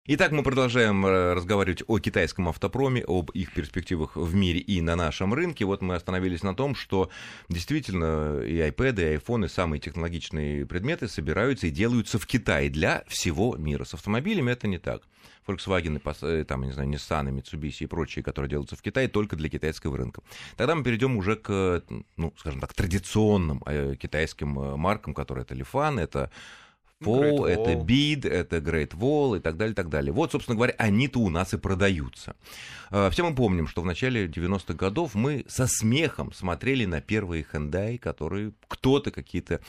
Итак, мы продолжаем разговаривать о китайском автопроме, об их перспективах в мире и на нашем рынке. Вот мы остановились на том, что действительно и iPad, и iPhone, и самые технологичные предметы собираются и делаются в Китае для всего мира. С автомобилями это не так. Volkswagen, там, не знаю, Nissan, Mitsubishi и прочие, которые делаются в Китае, только для китайского рынка. Тогда мы перейдем уже к, ну, скажем так, традиционным китайским маркам, которые это Lifan, это Fall, это Bid, это Great Wall и так далее, так далее. Вот, собственно говоря, они-то у нас и продаются. Все мы помним, что в начале 90-х годов мы со смехом смотрели на первые Hyundai, которые кто-то, какие-то,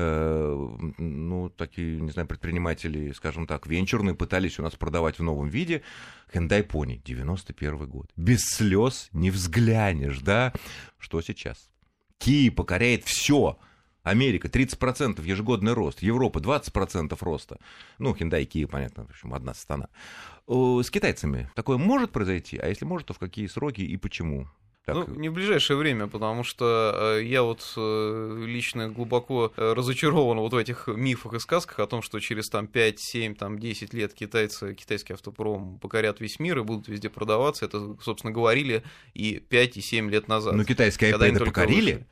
ну, такие, не знаю, предприниматели, скажем так, венчурные, пытались у нас продавать в новом виде. Hyundai Pony, 91 год. Без слез не взглянешь, да? Что сейчас? Kia покоряет все. Америка 30% ежегодный рост, Европа 20% роста. Ну, Hyundai и Kia, понятно, в общем, одна страна. С китайцами такое может произойти? А если может, то в какие сроки и почему? Так. Ну, не в ближайшее время, потому что я вот лично глубоко разочарован вот в этих мифах и сказках о том, что через там 5, 7, там 10 лет китайский автопром покорят весь мир и будут везде продаваться. Это, собственно, говорили и 5, и 7 лет назад. Но китайские iPad покорили? Вышли.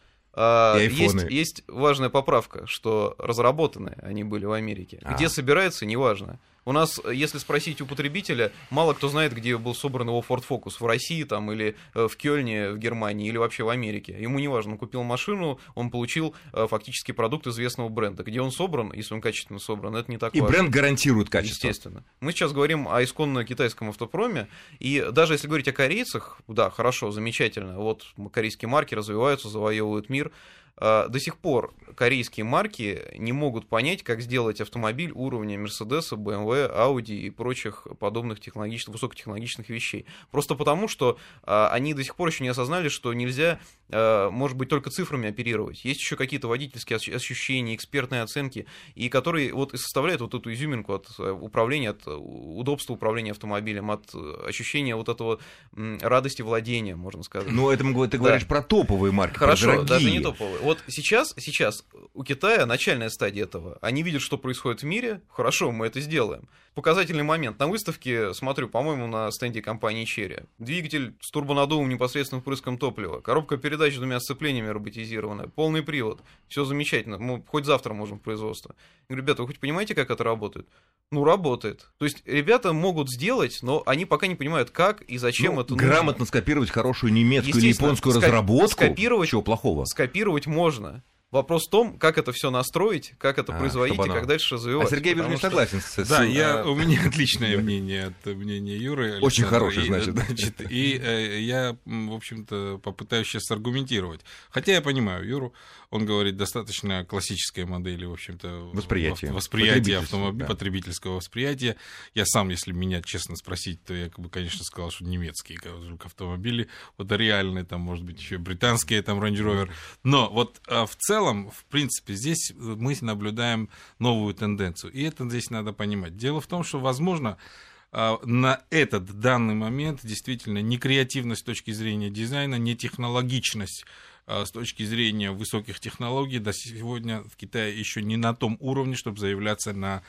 Есть важная поправка, что разработаны они были в Америке. Где собираются, неважно. У нас, если спросить у потребителя, мало кто знает, где был собран его Ford Focus. В России там, или в Кёльне, в Германии, или вообще в Америке. Ему не важно, он купил машину, он получил фактически продукт известного бренда. Где он собран, если он качественно собран, это не так важно. И бренд гарантирует качество. Естественно. Мы сейчас говорим о исконно китайском автопроме. И даже если говорить о корейцах, да, хорошо, замечательно. Вот корейские марки развиваются, завоевывают мир. До сих пор корейские марки не могут понять, как сделать автомобиль уровня Mercedes, BMW, Audi и прочих подобных высокотехнологичных вещей. Просто потому, что они до сих пор еще не осознали, что нельзя, может быть, только цифрами оперировать. Есть еще какие-то водительские ощущения, экспертные оценки, и которые вот и составляют вот эту изюминку от управления, от удобства управления автомобилем, от ощущения вот этого радости владения, можно сказать. Ну, это ты говоришь про топовые марки, хорошо, про даже не топовые. Вот сейчас у Китая начальная стадия этого. Они видят, что происходит в мире. Хорошо, мы это сделаем. Показательный момент. На выставке, смотрю, по-моему, на стенде компании Chery. Двигатель с турбонаддувом непосредственно впрыском топлива. Коробка передач с 2 сцеплениями роботизированная. Полный привод. Все замечательно. Мы хоть завтра можем в производство. Я говорю, ребята, вы хоть понимаете, как это работает? Ну, работает. То есть ребята могут сделать, но они пока не понимают, как и зачем это нужно. Грамотно скопировать хорошую немецкую или японскую разработку. Чего плохого? Скопировать можно. Вопрос в том, как это все настроить, как это производить и как дальше развиваться. А Сергей, вижу, не согласен с Да, у меня отличное мнение от мнения Юры. Очень хорошее, значит. И я, в общем-то, попытаюсь сейчас аргументировать. Хотя я понимаю Юру, он говорит достаточно классической модели, в общем-то, восприятия автомобиля, потребительского восприятия. Я сам, если меня честно спросить, то я, конечно, сказал, что немецкие автомобили, вот реальные, там, может быть, еще британские, там, Range Rover. Но вот в целом, в принципе, здесь мы наблюдаем новую тенденцию. И это здесь надо понимать. Дело в том, что, возможно, на этот данный момент действительно не креативность с точки зрения дизайна, не технологичность с точки зрения высоких технологий до сегодня в Китае еще не на том уровне, чтобы заявляться на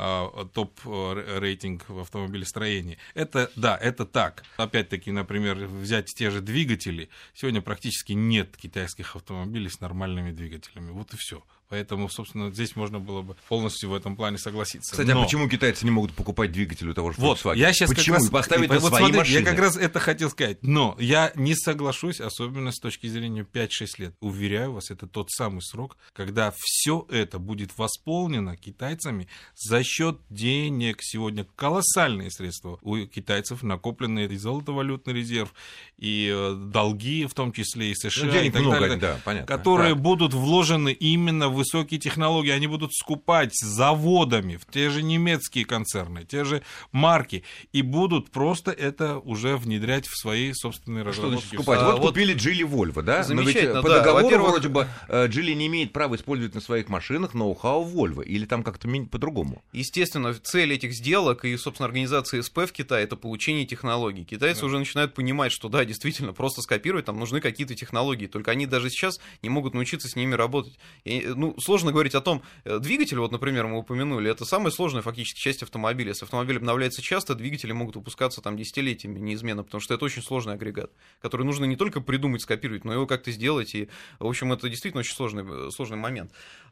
топ-рейтинг в автомобилестроении. Это, да, это так. Опять-таки, например, взять те же двигатели. Сегодня практически нет китайских автомобилей с нормальными двигателями. Вот и все. Поэтому, собственно, здесь можно было бы полностью в этом плане согласиться. Кстати, а почему китайцы не могут покупать двигатель у того же Volkswagen? Я сейчас почему? Как раз, поставить на свои машины? Я как раз это хотел сказать. Но я не соглашусь, особенно с точки зрения 5-6 лет. Уверяю вас, это тот самый срок, когда все это будет восполнено китайцами за счет денег. Сегодня колоссальные средства у китайцев, накопленные и золотовалютный резерв, и долги, в том числе и США, денег и так много, далее, да, понятно, которые будут вложены именно в высокие технологии. Они будут скупать заводами в те же немецкие концерны, те же марки, и будут просто это уже внедрять в свои собственные разработки. Что скупать? Вот купили Geely Volvo, да? Замечательно, но ведь по договору вроде бы Geely не имеет права использовать на своих машинах ноу-хау Volvo, или там как-то по-другому? естественно, цель этих сделок и, собственно, организации СП в Китае — это получение технологий. Китайцы уже начинают понимать, что да, действительно, просто скопировать, там нужны какие-то технологии, только они даже сейчас не могут научиться с ними работать. И, сложно говорить о том, двигатель, вот, например, мы упомянули, это самая сложная фактически часть автомобиля. Если автомобиль обновляется часто, двигатели могут выпускаться там десятилетиями неизменно, потому что это очень сложный агрегат, который нужно не только придумать, скопировать, но его как-то сделать, и, в общем, это действительно очень сложный момент.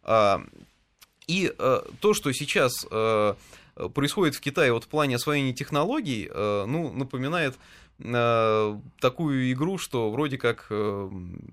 И то, что сейчас происходит в Китае вот в плане освоения технологий, напоминает такую игру, что вроде как, я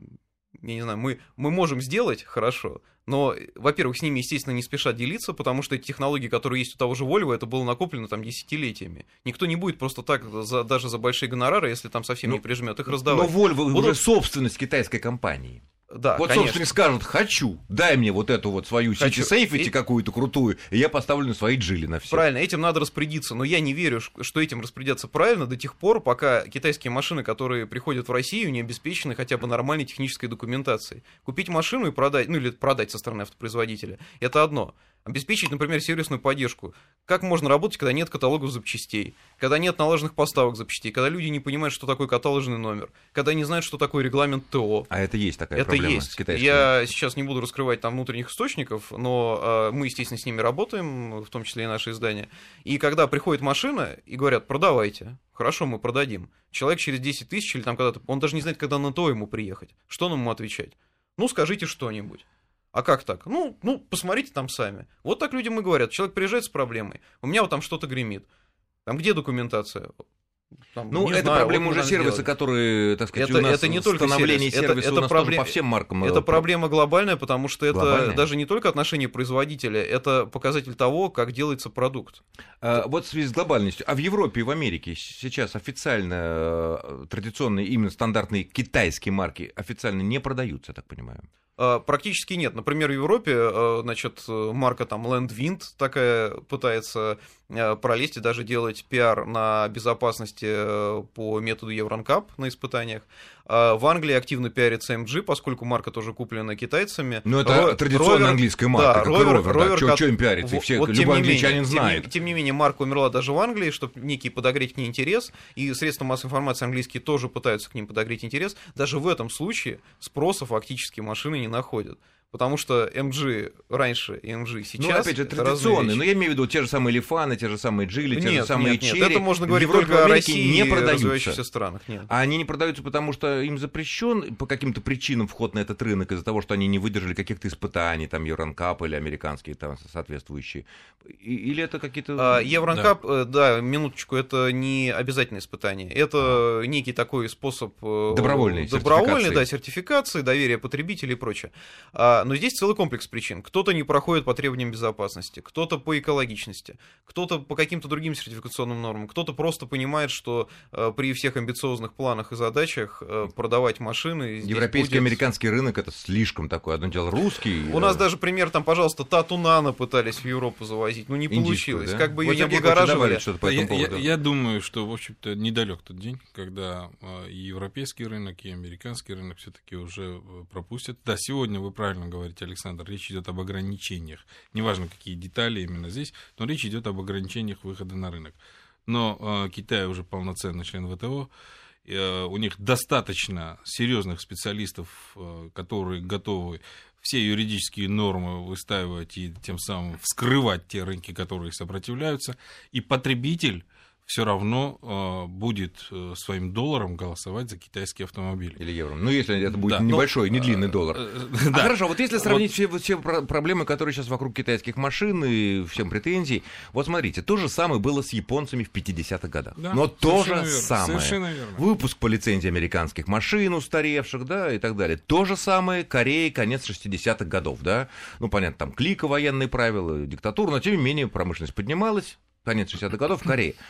не знаю, мы можем сделать хорошо, но, во-первых, с ними, естественно, не спешат делиться, потому что эти технологии, которые есть у того же Volvo, это было накоплено там десятилетиями. Никто не будет просто так, даже за большие гонорары, если там совсем не прижмет, их раздавать. Но Volvo уже собственность китайской компании. Да, вот, конечно. Собственно, скажут: хочу, дай мне вот эту вот свою City Safety какую-то крутую, и я поставлю на свои джили на все. Правильно, этим надо распорядиться, но я не верю, что этим распорядятся правильно до тех пор, пока китайские машины, которые приходят в Россию, не обеспечены хотя бы нормальной технической документацией. Купить машину и продать, или продать со стороны автопроизводителя, это одно. Обеспечить, например, сервисную поддержку. Как можно работать, когда нет каталогов запчастей, когда нет налаженных поставок запчастей, когда люди не понимают, что такое каталожный номер, когда не знают, что такое регламент ТО. А это есть такая проблема с китайскими? Я сейчас не буду раскрывать там внутренних источников, но мы, естественно, с ними работаем, в том числе и наше издание. И когда приходит машина и говорят: продавайте, хорошо, мы продадим. Человек через 10 тысяч или там когда-то, он даже не знает, когда на ТО ему приехать. Что нам ему отвечать? Скажите что-нибудь. А как так? Посмотрите там сами. Вот так людям и говорят. Человек приезжает с проблемой. У меня вот там что-то гремит. Там где документация? Это проблема уже сервиса, которые, так сказать, у нас это не только становление сервиса у нас тоже по всем маркам. Это проблема глобальная, потому что это даже не только отношение производителя, это показатель того, как делается продукт. Вот в связи с глобальностью. А в Европе и в Америке сейчас официально традиционные, именно стандартные китайские марки официально не продаются, я так понимаю? Практически нет. Например, в Европе, значит, марка там Landwind такая пытается пролезть и даже делать пиар на безопасности по методу Евронкап на испытаниях. В Англии активно пиарится MG, поскольку марка тоже куплена китайцами. Ну, это традиционная английская марка, как Rover, что им пиарится, любой англичанин знает. Тем не менее, марка умерла даже в Англии, чтобы некий подогреть к ней интерес, и средства массовой информации английские тоже пытаются к ним подогреть интерес. Даже в этом случае спроса фактически машины не находят. Потому что MG раньше и MG сейчас... опять же, традиционные. Но я имею в виду те же самые Лифаны, те же самые Джили, те же самые Черри. Это можно говорить только о России и развивающихся странах. Нет. А они не продаются, потому что им запрещен по каким-то причинам вход на этот рынок из-за того, что они не выдержали каких-то испытаний, там, Евронкап или американские там соответствующие. Или это какие-то... Евронкап, да, минуточку, это не обязательное испытание. Это некий такой способ... Добровольной сертификации, доверия потребителей и прочее. Но здесь целый комплекс причин. Кто-то не проходит по требованиям безопасности, кто-то по экологичности, кто-то по каким-то другим сертификационным нормам, кто-то просто понимает, что при всех амбициозных планах и задачах продавать машины... Европейский, американский рынок — это слишком такое. Одно дело русский... У нас даже пример, там, пожалуйста, Тату Нано пытались в Европу завозить, не получилось. Да? Как бы ее не облагораживали. Я думаю, что, в общем-то, недалек тот день, когда и европейский рынок, и американский рынок все-таки уже пропустят. Да, сегодня вы правильно говорите, Александр, речь идет об ограничениях. Неважно, какие детали именно здесь, но речь идет об ограничениях выхода на рынок. Но Китай уже полноценный член ВТО, у них достаточно серьезных специалистов, которые готовы все юридические нормы выстаивать и тем самым вскрывать те рынки, которые сопротивляются, и потребитель все равно будет своим долларом голосовать за китайский автомобиль. Или евро. Ну, если это будет небольшой, не длинный доллар. Да. Хорошо, вот если сравнить все проблемы, которые сейчас вокруг китайских машин и всем претензий, вот смотрите, то же самое было с японцами в 50-х годах. Да, но то же самое. Совершенно верно. Выпуск по лицензии американских машин устаревших, да, и так далее. То же самое Корея, конец 60-х годов, да. Ну, понятно, там клика, военные правила, диктатура, но тем не менее промышленность поднималась, конец 60-х годов в Корее.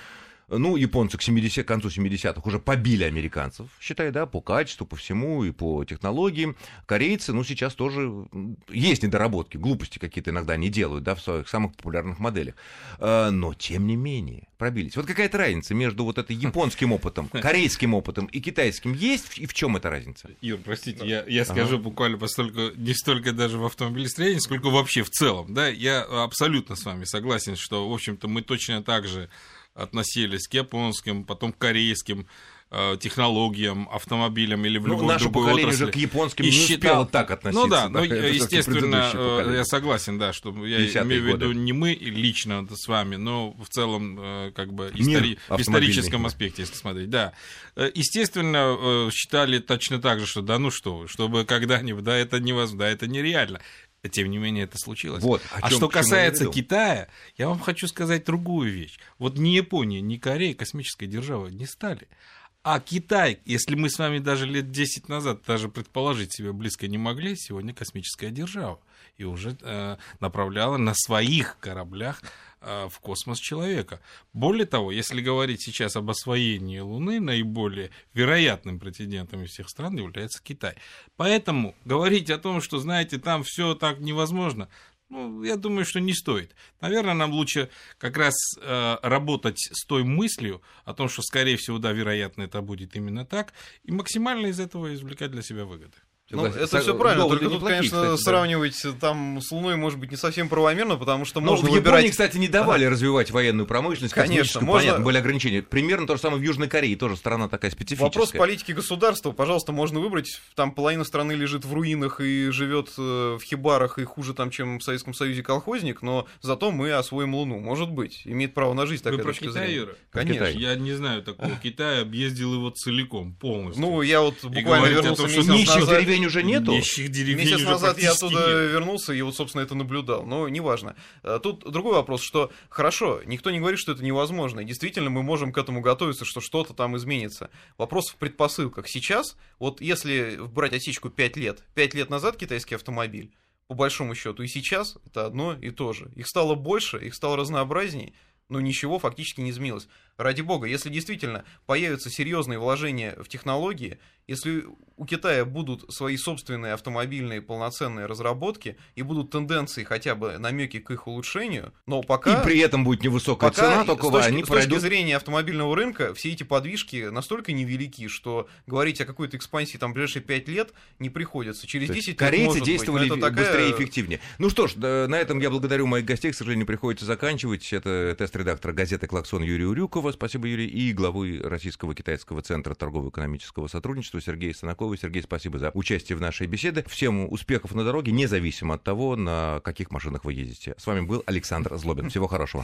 Ну, японцы к концу 70-х уже побили американцев, считай, да, по качеству, по всему и по технологиям. Корейцы, ну, сейчас тоже есть недоработки, глупости какие-то иногда они делают, да, в своих самых популярных моделях. Но, тем не менее, пробились. Вот какая-то разница между вот этой японским опытом, корейским опытом и китайским есть, и в чем эта разница? Юр, простите, я скажу буквально не столько даже в автомобилестроении, сколько вообще в целом, да, я абсолютно с вами согласен, что, в общем-то, мы точно так же относились к японским, потом к корейским технологиям, автомобилям или в любой другой отрасли. Наше поколение уже к японским не успело так относиться. Ну да, но, естественно, я согласен, да, что я имею в виду не мы лично с вами, но в целом как бы в историческом аспекте, если смотреть. Да, естественно, считали точно так же, что да ну что вы, чтобы когда-нибудь, да, это невозможно, да, это нереально. Тем не менее, это случилось. Вот, что касается Китая, я вам хочу сказать другую вещь. Вот ни Япония, ни Корея космической державой не стали. А Китай, если мы с вами даже лет 10 назад даже предположить себе близко не могли, сегодня космическая держава. И уже направляла на своих кораблях в космос человека. Более того, если говорить сейчас об освоении Луны, наиболее вероятным претендентом из всех стран является Китай. Поэтому говорить о том, что, знаете, там все так невозможно, ну, я думаю, что не стоит. Наверное, нам лучше как раз работать с той мыслью о том, что, скорее всего, да, вероятно, это будет именно так, и максимально из этого извлекать для себя выгоды. Ну, это все правильно, только тут, конечно, сравнивать там с Луной может быть не совсем правомерно, потому что можно выбирать... В Японии, кстати, не давали развивать военную промышленность, конечно, понятно, были ограничения. Примерно то же самое в Южной Корее, тоже страна такая специфическая. Вопрос политики государства, пожалуйста, можно выбрать, там половина страны лежит в руинах и живет в хибарах, и хуже там, чем в Советском Союзе колхозник, но зато мы освоим Луну, может быть, имеет право на жизнь такая точка зрения. Юра? Конечно. Я не знаю такого Китая, объездил его целиком, полностью. Ну, я вот буквально вернулся месяц назад. Уже нету? Месяц назад я оттуда вернулся и вот, собственно, это наблюдал. Но неважно. Тут другой вопрос, что хорошо, никто не говорит, что это невозможно. И действительно, мы можем к этому готовиться, что что-то там изменится. Вопрос в предпосылках. Сейчас, вот если брать отсечку 5 лет назад китайский автомобиль, по большому счету, и сейчас это одно и то же. Их стало больше, их стало разнообразнее, но ничего фактически не изменилось. Ради бога, если действительно появятся серьезные вложения в технологии, если у Китая будут свои собственные автомобильные полноценные разработки и будут тенденции, хотя бы намеки к их улучшению, но пока... И при этом будет невысокая цена, только они пройдут... С точки зрения автомобильного рынка все эти подвижки настолько невелики, что говорить о какой-то экспансии там в ближайшие 5 лет не приходится. Через 10 лет корейцы действовали быстрее и эффективнее. Ну что ж, на этом я благодарю моих гостей, к сожалению, приходится заканчивать. Это тест-редактор газеты «Клаксон» Юрий Урюкова. Спасибо, Юрий. И главы Российского китайского центра торгово-экономического сотрудничества Сергей Санаков. Сергей, спасибо за участие в нашей беседе. Всем успехов на дороге, независимо от того, на каких машинах вы ездите. С вами был Александр Злобин. Всего хорошего.